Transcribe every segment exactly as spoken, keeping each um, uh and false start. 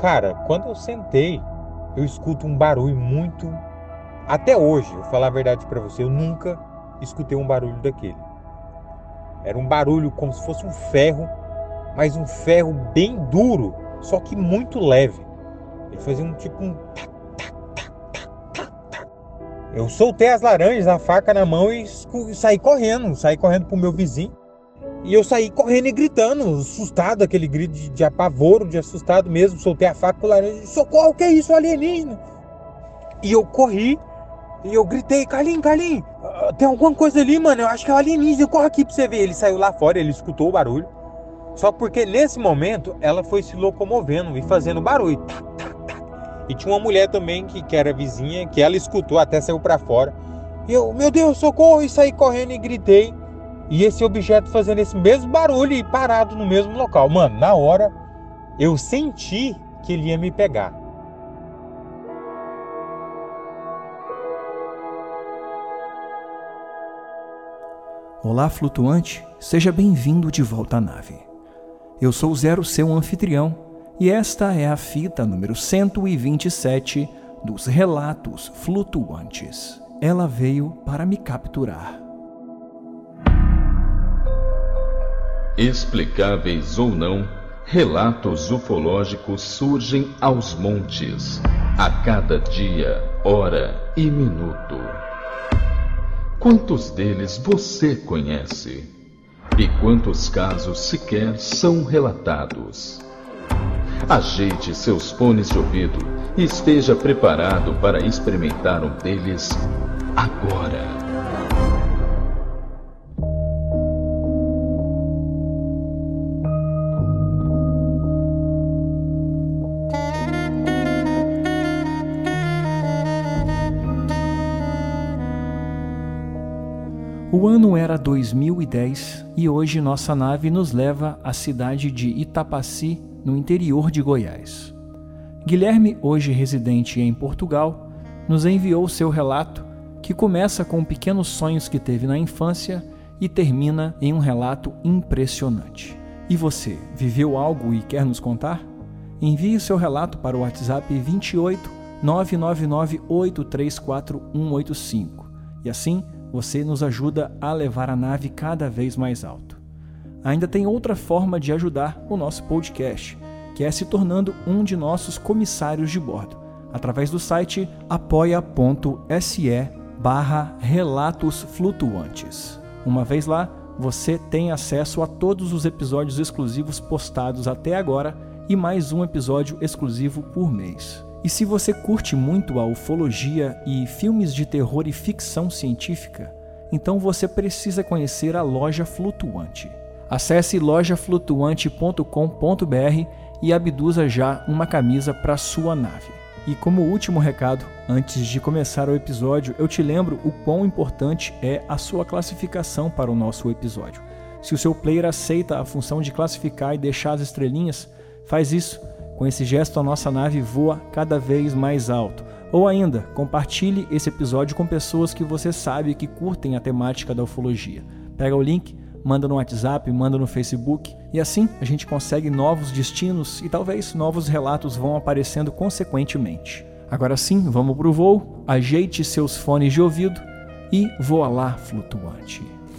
Cara, quando eu sentei, eu escuto um barulho muito... Até hoje, eu vou falar a verdade pra você, eu nunca escutei um barulho daquele. Era um barulho como se fosse um ferro, mas um ferro bem duro, só que muito leve. Ele fazia um tipo um... tac, tac, tac, tac, tac, tac. Eu soltei as laranjas, a faca na mão e saí correndo. Saí correndo pro meu vizinho. E eu saí correndo e gritando, assustado, aquele grito de, de apavoro, de assustado mesmo. Soltei a faca com laranja. Socorro, o que é isso, alienígena? E eu corri e eu gritei, Carlinhos, Carlinhos, tem alguma coisa ali, mano. Eu acho que é o alienígena, corre aqui pra você ver. Ele saiu lá fora, ele escutou o barulho. Só porque nesse momento ela foi se locomovendo e fazendo barulho. Tac, tac, tac. E tinha uma mulher também que, que era vizinha, que ela escutou, até saiu pra fora. E eu, meu Deus, socorro, e saí correndo e gritei. E esse objeto fazendo esse mesmo barulho e parado no mesmo local. Mano, na hora eu senti que ele ia me pegar. Olá, flutuante, seja bem-vindo de volta à nave. Eu sou o Zero, seu anfitrião, e esta é a fita número cento e vinte e sete dos Relatos Flutuantes. Ela veio para me capturar. Explicáveis ou não, relatos ufológicos surgem aos montes, a cada dia, hora e minuto. Quantos deles você conhece? E quantos casos sequer são relatados? Ajeite seus fones de ouvido e esteja preparado para experimentar um deles agora. O ano era dois mil e dez e hoje nossa nave nos leva à cidade de Itapaci, no interior de Goiás. Guilherme, hoje residente em Portugal, nos enviou seu relato, que começa com pequenos sonhos que teve na infância e termina em um relato impressionante. E você, viveu algo e quer nos contar? Envie seu relato para o WhatsApp vinte e oito, nove nove nove, oito três quatro, um oito cinco e assim você nos ajuda a levar a nave cada vez mais alto. Ainda tem outra forma de ajudar o nosso podcast, que é se tornando um de nossos comissários de bordo, através do site apoia.se barra Relatos Flutuantes. Uma vez lá, você tem acesso a todos os episódios exclusivos postados até agora e mais um episódio exclusivo por mês. E se você curte muito a ufologia e filmes de terror e ficção científica, então você precisa conhecer a Loja Flutuante. Acesse loja flutuante ponto com ponto b r e abduza já uma camisa para sua nave. E como último recado, antes de começar o episódio, eu te lembro o quão importante é a sua classificação para o nosso episódio. Se o seu player aceita a função de classificar e deixar as estrelinhas, faz isso. Com esse gesto, a nossa nave voa cada vez mais alto. Ou ainda, compartilhe esse episódio com pessoas que você sabe que curtem a temática da ufologia. Pega o link, manda no WhatsApp, manda no Facebook, e assim a gente consegue novos destinos e talvez novos relatos vão aparecendo consequentemente. Agora sim, vamos pro voo, ajeite seus fones de ouvido e voa lá, flutuante.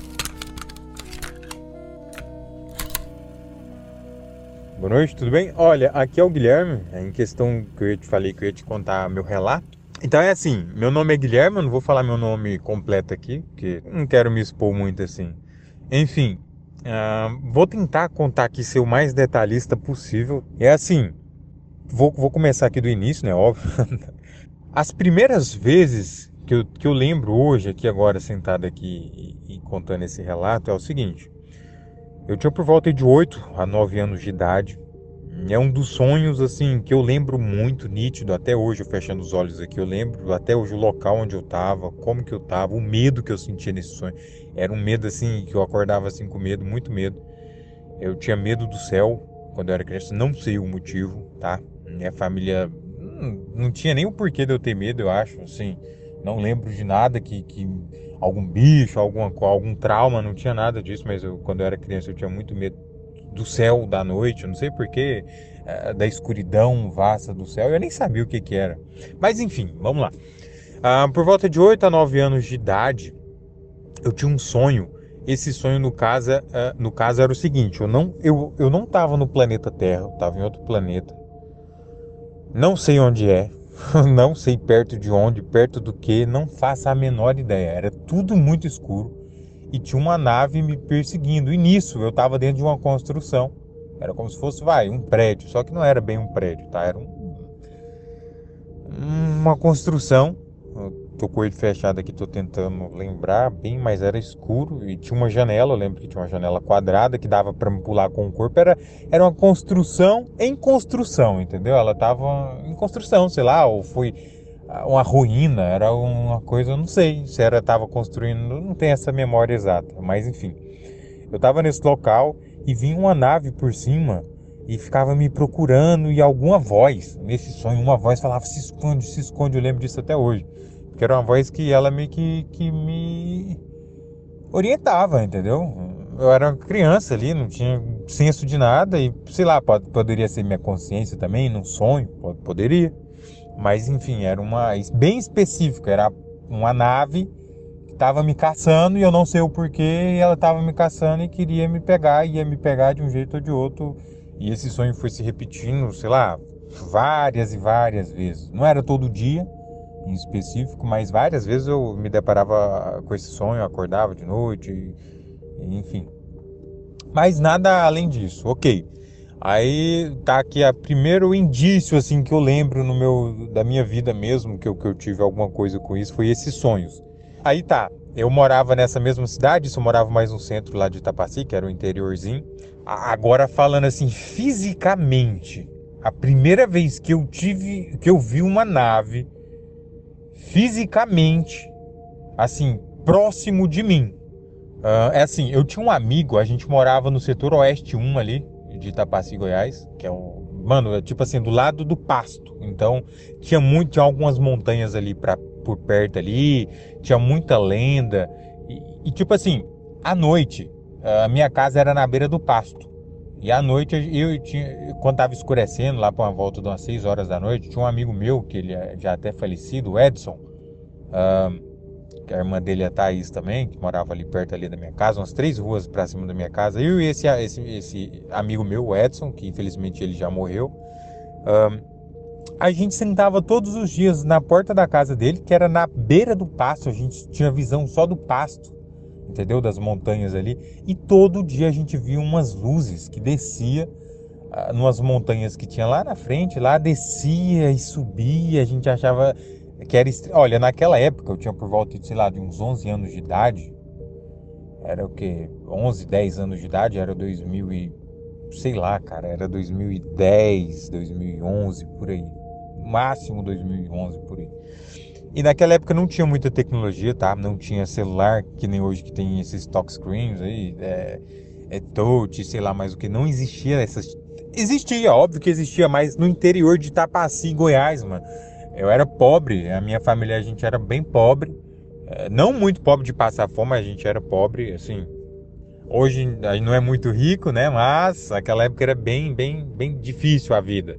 Boa noite, tudo bem? Olha, aqui é o Guilherme, em questão que eu te falei que eu ia te contar meu relato. Então é assim, meu nome é Guilherme, eu não vou falar meu nome completo aqui, porque não quero me expor muito assim. Enfim, uh, vou tentar contar aqui, ser o mais detalhista possível. É assim, vou, vou começar aqui do início, né, óbvio. As primeiras vezes que eu, que eu lembro hoje, aqui agora, sentado aqui e, e contando esse relato, é o seguinte. Eu tinha por volta de oito a nove anos de idade. É um dos sonhos assim que eu lembro muito nítido até hoje, eu fechando os olhos aqui, eu lembro até hoje o local onde eu estava, como que eu estava, o medo que eu sentia nesse sonho. Era um medo assim que eu acordava assim com medo, muito medo. Eu tinha medo do céu quando eu era criança, não sei o motivo, tá? Minha família não, não tinha nem o porquê de eu ter medo, eu acho, assim. Não lembro de nada que, que algum bicho, alguma, algum trauma, não tinha nada disso, mas eu, quando eu era criança eu tinha muito medo do céu da noite, eu não sei porquê, da escuridão vasta do céu, eu nem sabia o que que era. Mas enfim, vamos lá. Ah, por volta de oito a nove anos de idade, eu tinha um sonho. Esse sonho, no caso, ah, no caso era o seguinte, eu não eu, eu não estava no planeta Terra, eu estava em outro planeta. Não sei onde é, não sei perto de onde, perto do que, não faço a menor ideia. Era tudo muito escuro e tinha uma nave me perseguindo. E nisso eu estava dentro de uma construção. Era como se fosse, vai, um prédio, só que não era bem um prédio, tá? Era um, uma construção. Eu tô com o olho fechado aqui, tô tentando lembrar bem, mas era escuro e tinha uma janela. Eu lembro que tinha uma janela quadrada que dava para me pular com o corpo. Era, era uma construção em construção, entendeu? Ela tava em construção, sei lá, ou foi uma ruína, era uma coisa, eu não sei se era tava construindo, não tenho essa memória exata, mas enfim. Eu tava nesse local e vinha uma nave por cima e ficava me procurando, e alguma voz, nesse sonho, uma voz falava: se esconde, se esconde. Eu lembro disso até hoje, porque era uma voz que ela meio que, que me orientava, entendeu? Eu era uma criança ali, não tinha senso de nada e, sei lá, pode, poderia ser minha consciência também, num sonho, pode, poderia. Mas enfim, era uma bem específica, era uma nave que estava me caçando e eu não sei o porquê, e ela estava me caçando e queria me pegar, ia me pegar de um jeito ou de outro. E esse sonho foi se repetindo, sei lá, várias e várias vezes. Não era todo dia em específico, mas várias vezes eu me deparava com esse sonho, eu acordava de noite, e, enfim. Mas nada além disso, ok. Aí tá aqui o primeiro indício assim que eu lembro no meu, da minha vida mesmo, que eu, que eu tive alguma coisa com isso, foi esses sonhos. Aí tá, eu morava nessa mesma cidade, isso eu morava mais no centro lá de Itapaci, que era o interiorzinho. Agora falando assim, fisicamente, a primeira vez que eu tive, que eu vi uma nave, fisicamente, assim, próximo de mim. Uh, é assim, eu tinha um amigo, a gente morava no setor oeste um ali, de Itapaci, Goiás, que é um, mano, é tipo assim, do lado do Pasto. Então, tinha muito, tinha algumas montanhas ali pra, por perto ali, tinha muita lenda. E, e tipo assim, à noite, a minha casa era na beira do Pasto. E à noite, eu tinha, quando tava escurecendo, lá por uma volta de umas seis horas da noite, tinha um amigo meu, que ele é já até falecido, o Edson, uh, que a irmã dele é a Thaís também, que morava ali perto ali da minha casa, umas três ruas pra cima da minha casa. Eu e esse, esse, esse amigo meu, o Edson, que infelizmente ele já morreu, um, a gente sentava todos os dias na porta da casa dele, que era na beira do pasto. A gente tinha visão só do pasto, entendeu? Das montanhas ali. E todo dia a gente via umas luzes que descia uh, numas montanhas que tinha lá na frente, lá descia e subia. A gente achava que era... Olha, naquela época eu tinha por volta de, sei lá, de uns onze anos de idade. Era o quê? onze, dez anos de idade, era dois mil e... Sei lá, cara, era dois mil e dez, dois mil e onze, por aí. Máximo dois mil e onze, por aí. E naquela época não tinha muita tecnologia, tá? Não tinha celular, que nem hoje que tem esses touchscreens aí, é, é touch, sei lá mais o que. Não existia essas... Existia, óbvio que existia, mas no interior de Itapaci, Goiás, mano. Eu era pobre, a minha família, a gente era bem pobre. Não muito pobre de passar fome, mas a gente era pobre, assim. Hoje a gente não é muito rico, né? Mas naquela época era bem, bem, bem difícil a vida.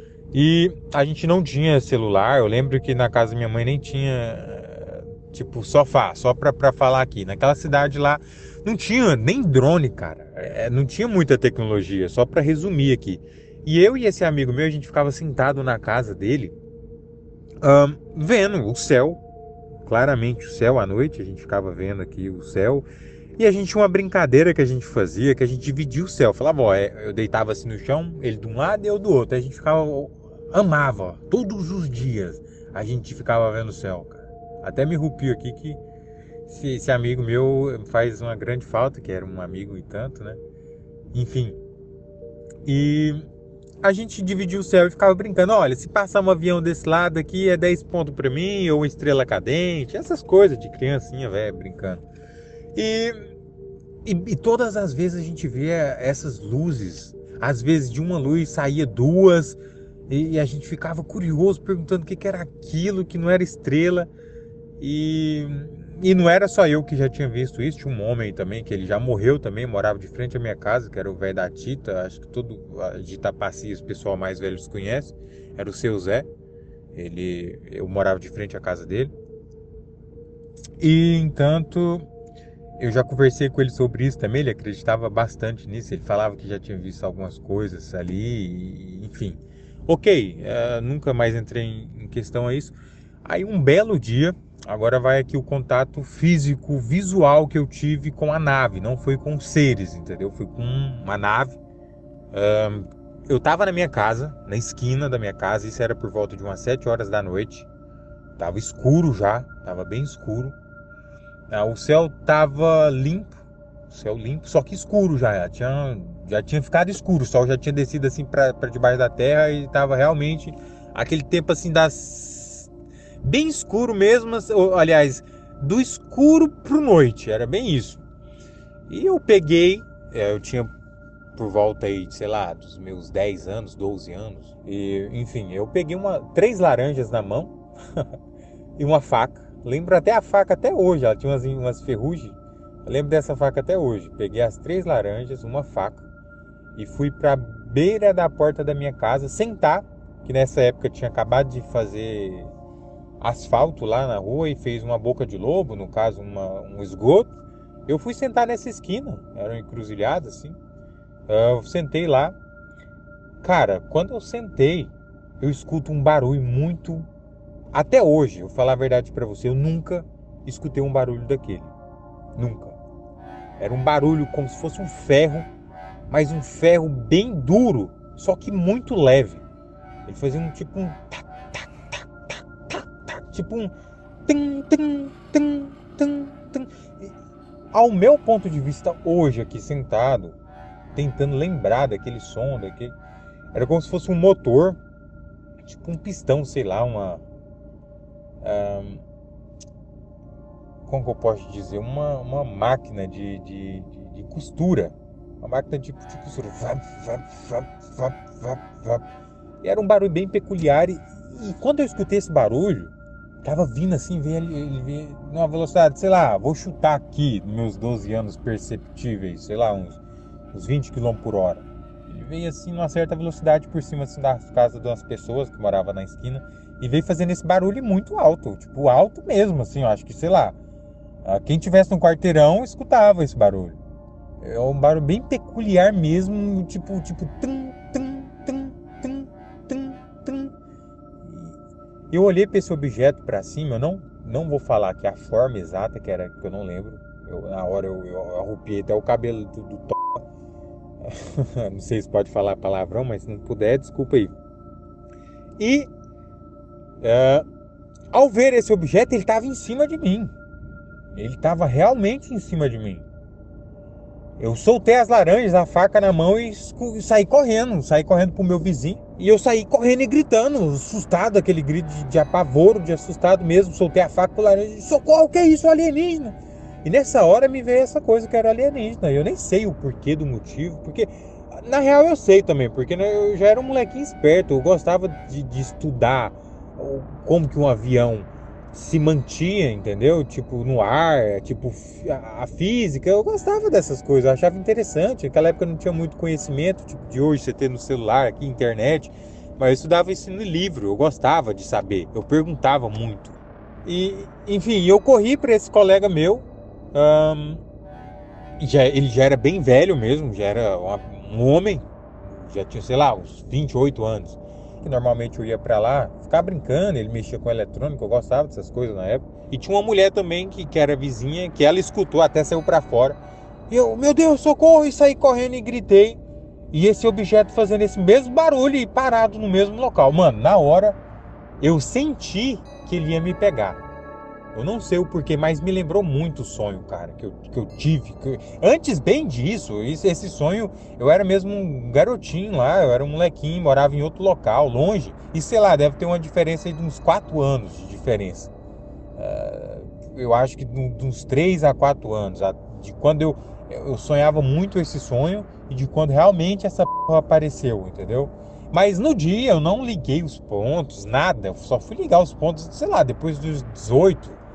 E a gente não tinha celular. Eu lembro que na casa da minha mãe nem tinha, tipo, sofá, só pra, pra falar aqui. Naquela cidade lá não tinha nem drone, cara. É, não tinha muita tecnologia, só pra resumir aqui. E eu e esse amigo meu, a gente ficava sentado na casa dele, Um, vendo o céu, claramente o céu à noite, a gente ficava vendo aqui o céu, e a gente tinha uma brincadeira que a gente fazia, que a gente dividia o céu, falava, ó, eu deitava assim no chão, ele de um lado e eu do outro, a gente ficava, amava, ó, todos os dias a gente ficava vendo o céu, cara. Até me arrepio aqui que esse, esse amigo meu faz uma grande falta, que era um amigo e tanto, né, enfim, e... a gente dividia o céu e ficava brincando. Olha, se passar um avião desse lado aqui é dez pontos pra mim, ou uma estrela cadente, essas coisas de criancinha, velho, brincando. E, e, e todas as vezes a gente via essas luzes. Às vezes de uma luz saía duas, e, e a gente ficava curioso, perguntando o que, que era aquilo, que não era estrela. E, e não era só eu que já tinha visto isso, tinha um homem também, que ele já morreu também, morava de frente à minha casa, que era o velho da Tita, acho que todo de Itapaci, o pessoal mais velho se conhece, era o seu Zé, ele, eu morava de frente à casa dele. E, entanto, eu já conversei com ele sobre isso também, ele acreditava bastante nisso, ele falava que já tinha visto algumas coisas ali, enfim. Ok, uh, nunca mais entrei em, em questão a isso. Aí um belo dia, agora vai aqui o contato físico, visual que eu tive com a nave, não foi com seres, entendeu? Foi com uma nave. Uh, eu tava na minha casa, na esquina da minha casa, isso era por volta de umas sete horas da noite. Tava escuro já, tava bem escuro. Ah, o céu tava limpo, o céu limpo, só que escuro já, já tinha, já tinha ficado escuro, o sol já tinha descido assim para debaixo da terra e tava realmente aquele tempo assim das bem escuro mesmo, aliás, do escuro pro noite, era bem isso. E eu peguei, eu tinha por volta aí, sei lá, dos meus dez anos, doze anos, e enfim, eu peguei uma, três laranjas na mão e uma faca. Lembro até a faca até hoje, ela tinha umas, umas ferrugens. Eu lembro dessa faca até hoje. Peguei as três laranjas, uma faca, e fui para a beira da porta da minha casa sentar, que nessa época tinha acabado de fazer asfalto lá na rua e fez uma boca de lobo, no caso uma, um esgoto. Eu fui sentar nessa esquina, era uma encruzilhada assim. Eu sentei lá. Cara, quando eu sentei, eu escuto um barulho muito... Até hoje, eu vou falar a verdade pra você, eu nunca escutei um barulho daquele. Nunca. Era um barulho como se fosse um ferro, mas um ferro bem duro, só que muito leve. Ele fazia um tipo um... Tac, tac, tac, tac, tac, tac, tipo um... Tum, tum, tum, tum, tum. Ao meu ponto de vista, hoje, aqui sentado, tentando lembrar daquele som, daquele... Era como se fosse um motor, tipo um pistão, sei lá, uma... Um, como que eu posso dizer? Uma, uma máquina de, de, de, de costura. Uma máquina de, de costura. Vap, vap, vap, vap, vap, vap. E era um barulho bem peculiar. E, e quando eu escutei esse barulho, tava vindo assim, veio, ele veio numa velocidade, sei lá, vou chutar aqui, nos meus doze anos perceptíveis, sei lá, uns, uns vinte quilômetros por hora. Ele veio assim, numa certa velocidade por cima assim, das casas de umas pessoas que moravam na esquina. E veio fazendo esse barulho muito alto, tipo alto mesmo, assim, eu acho que, sei lá, quem tivesse no quarteirão escutava esse barulho. É um barulho bem peculiar mesmo, tipo, tipo, tum, tum, tum, tum, tum, tum. Eu olhei para esse objeto para cima, eu não, não vou falar que a forma exata, que era, que eu não lembro, eu, na hora eu, eu arrupiei até o cabelo do, do to... Não sei se pode falar palavrão, mas se não puder, desculpa aí. E... É, ao ver esse objeto, ele estava em cima de mim. Ele estava realmente em cima de mim. Eu soltei as laranjas, a faca na mão e, e saí correndo. Saí correndo pro meu vizinho. E eu saí correndo e gritando, assustado, aquele grito de, de apavoro, de assustado mesmo. Soltei a faca com a laranja. Socorro, o que é isso, alienígena? E nessa hora me veio essa coisa que era alienígena. Eu nem sei o porquê do motivo, porque... Na real eu sei também, porque eu já era um molequinho esperto. Eu gostava de, de estudar como que um avião se mantinha, entendeu? Tipo, no ar, tipo, a, a física. Eu gostava dessas coisas, eu achava interessante. Naquela época eu não tinha muito conhecimento, tipo, de hoje você ter no celular, aqui, internet. Mas eu estudava isso no livro, eu gostava de saber, eu perguntava muito. E, enfim, eu corri para esse colega meu, um, já, ele já era bem velho mesmo, já era uma, um homem, já tinha, sei lá, uns vinte e oito anos. Que normalmente eu ia pra lá ficar brincando, ele mexia com eletrônico, eu gostava dessas coisas na época. E tinha uma mulher também que, que era vizinha, que ela escutou, até saiu pra fora. E eu, meu Deus, socorro, e saí correndo e gritei. E esse objeto fazendo esse mesmo barulho e parado no mesmo local. Mano, na hora eu senti que ele ia me pegar. Eu não sei o porquê, mas me lembrou muito o sonho, cara, que eu, que eu tive. Que eu... Antes bem disso, esse sonho, eu era mesmo um garotinho lá, eu era um molequinho, morava em outro local, longe. E sei lá, deve ter uma diferença de uns quatro anos de diferença. Uh, eu acho que de uns três a quatro anos. De quando eu, eu sonhava muito esse sonho e de quando realmente essa porra apareceu, entendeu? Mas no dia eu não liguei os pontos, nada. Eu só fui ligar os pontos, sei lá, depois dos dezoito.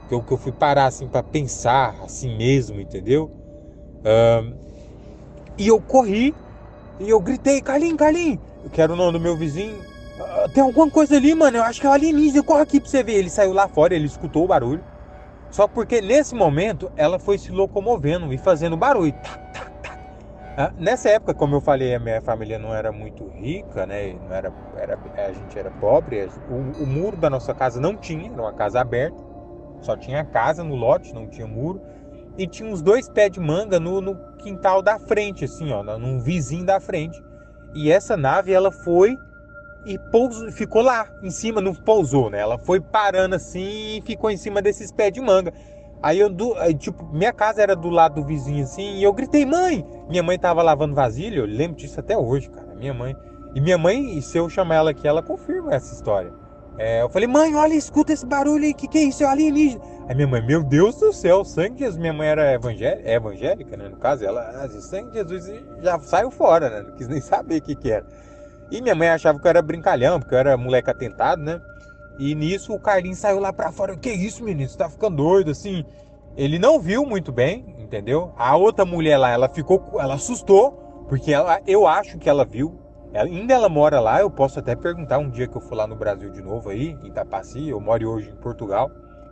que eu, que eu fui parar assim para pensar assim mesmo, entendeu? Um, e eu corri e eu gritei, Carlinhos, Carlinhos, que era o nome do meu vizinho, uh, tem alguma coisa ali, mano, eu acho que é o alienígena, corre aqui pra você ver. Ele saiu lá fora, ele escutou o barulho, só porque nesse momento ela foi se locomovendo e fazendo barulho. Tá, tá, tá. Uh, nessa época, como eu falei, a minha família não era muito rica, né? Não era, era, a gente era pobre, o, o muro da nossa casa não tinha, era uma casa aberta, só tinha casa no lote, não tinha muro. E tinha uns dois pés de manga no, no quintal da frente, assim, ó, num vizinho da frente. E essa nave, ela foi e pousou, ficou lá, em cima, não pousou, né? Ela foi parando assim e ficou em cima desses pés de manga. Aí eu, do, aí, tipo, minha casa era do lado do vizinho, assim, e eu gritei, mãe! Minha mãe tava lavando vasilha, eu lembro disso até hoje, cara, minha mãe. E minha mãe, se eu chamar ela aqui, ela confirma essa história. É, eu falei, mãe, olha, escuta esse barulho aí, que que é isso? É alienígena. Aí minha mãe, meu Deus do céu, sangue de Jesus. Minha mãe era evangélica, é evangélica, né? No caso, ela, ah, sangue de Jesus, já saiu fora, né? Não quis nem saber o que que era. E minha mãe achava que eu era brincalhão, porque eu era moleque atentado, né? E nisso o Carlinhos saiu lá pra fora. Que isso, menino? Você tá ficando doido, assim? Ele não viu muito bem, entendeu? A outra mulher lá, ela ficou, ela assustou, porque ela, eu acho que ela viu. Ela, ainda ela mora lá, eu posso até perguntar um dia que eu for lá no Brasil de novo aí, em Itapaci, eu moro hoje em Portugal.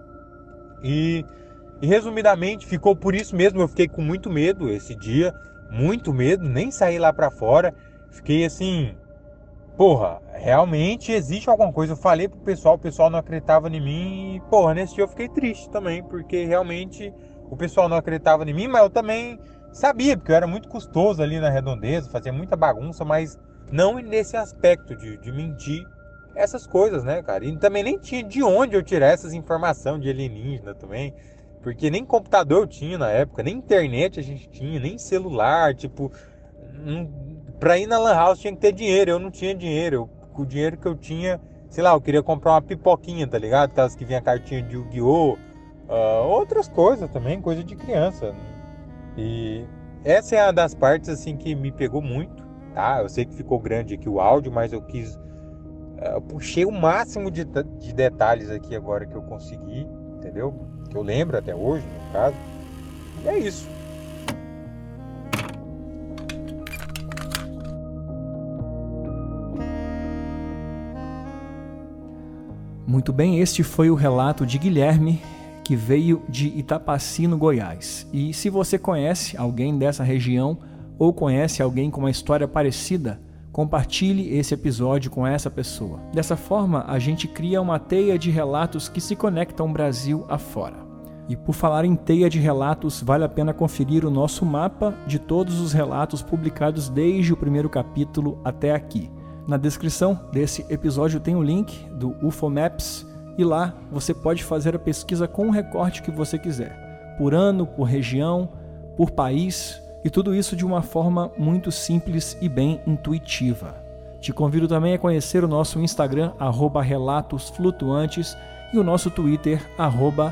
E, e resumidamente, ficou por isso mesmo, eu fiquei com muito medo esse dia, muito medo, nem saí lá pra fora. Fiquei assim, porra, realmente existe alguma coisa. Eu falei pro pessoal, o pessoal não acreditava em mim e, porra, nesse dia eu fiquei triste também, porque realmente o pessoal não acreditava em mim, mas eu também sabia, porque eu era muito custoso ali na redondeza, fazia muita bagunça, mas não nesse aspecto de, de mentir essas coisas, né, cara? E também nem tinha de onde eu tirar essas informações de alienígena também, porque nem computador eu tinha na época, nem internet a gente tinha, nem celular, tipo, não, pra ir na Lan House tinha que ter dinheiro, eu não tinha dinheiro, eu, com o dinheiro que eu tinha, sei lá, eu queria comprar uma pipoquinha, tá ligado? Aquelas que vinha cartinha de Yu-Gi-Oh! Uh, outras coisas também, coisa de criança. E essa é uma das partes, assim, que me pegou muito. Tá, eu sei que ficou grande aqui o áudio, mas eu quis, uh, eu puxei o máximo de, de detalhes aqui agora que eu consegui, entendeu? Que eu lembro até hoje, no caso. E é isso. Muito bem, este foi o relato de Guilherme, que veio de Itapaci, no Goiás. E se você conhece alguém dessa região, ou conhece alguém com uma história parecida, compartilhe esse episódio com essa pessoa. Dessa forma, a gente cria uma teia de relatos que se conectam Brasil afora. E por falar em teia de relatos, vale a pena conferir o nosso mapa de todos os relatos publicados desde o primeiro capítulo até aqui. Na descrição desse episódio tem o link do U F O Maps e lá você pode fazer a pesquisa com o recorte que você quiser, por ano, por região, por país, e tudo isso de uma forma muito simples e bem intuitiva. Te convido também a conhecer o nosso Instagram, arroba Relatos Flutuantes, e o nosso Twitter, arroba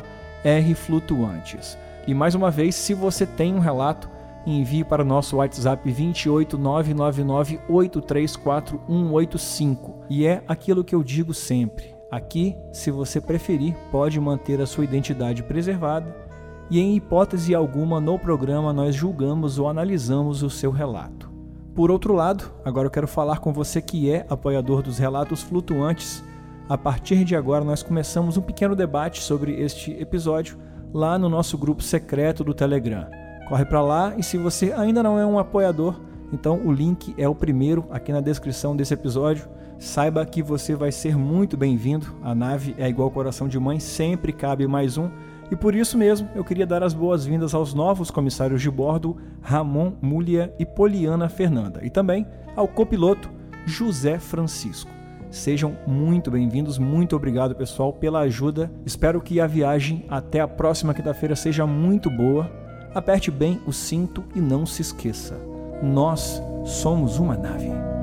Rflutuantes. E mais uma vez, se você tem um relato, envie para o nosso WhatsApp vinte e oito, nove nove nove, oito três quatro, um oito cinco. E é aquilo que eu digo sempre. Aqui, se você preferir, pode manter a sua identidade preservada, e em hipótese alguma no programa nós julgamos ou analisamos o seu relato. Por outro lado, agora eu quero falar com você que é apoiador dos Relatos Flutuantes. A partir de agora nós começamos um pequeno debate sobre este episódio lá no nosso grupo secreto do Telegram. Corre para lá, e se você ainda não é um apoiador, então o link é o primeiro aqui na descrição desse episódio. Saiba que você vai ser muito bem-vindo. A nave é igual coração de mãe, sempre cabe mais um. E por isso mesmo, eu queria dar as boas-vindas aos novos comissários de bordo, Ramon Múlia e Poliana Fernanda, e também ao copiloto José Francisco. Sejam muito bem-vindos, muito obrigado, pessoal, pela ajuda. Espero que a viagem até a próxima quinta-feira seja muito boa. Aperte bem o cinto e não se esqueça, nós somos uma nave.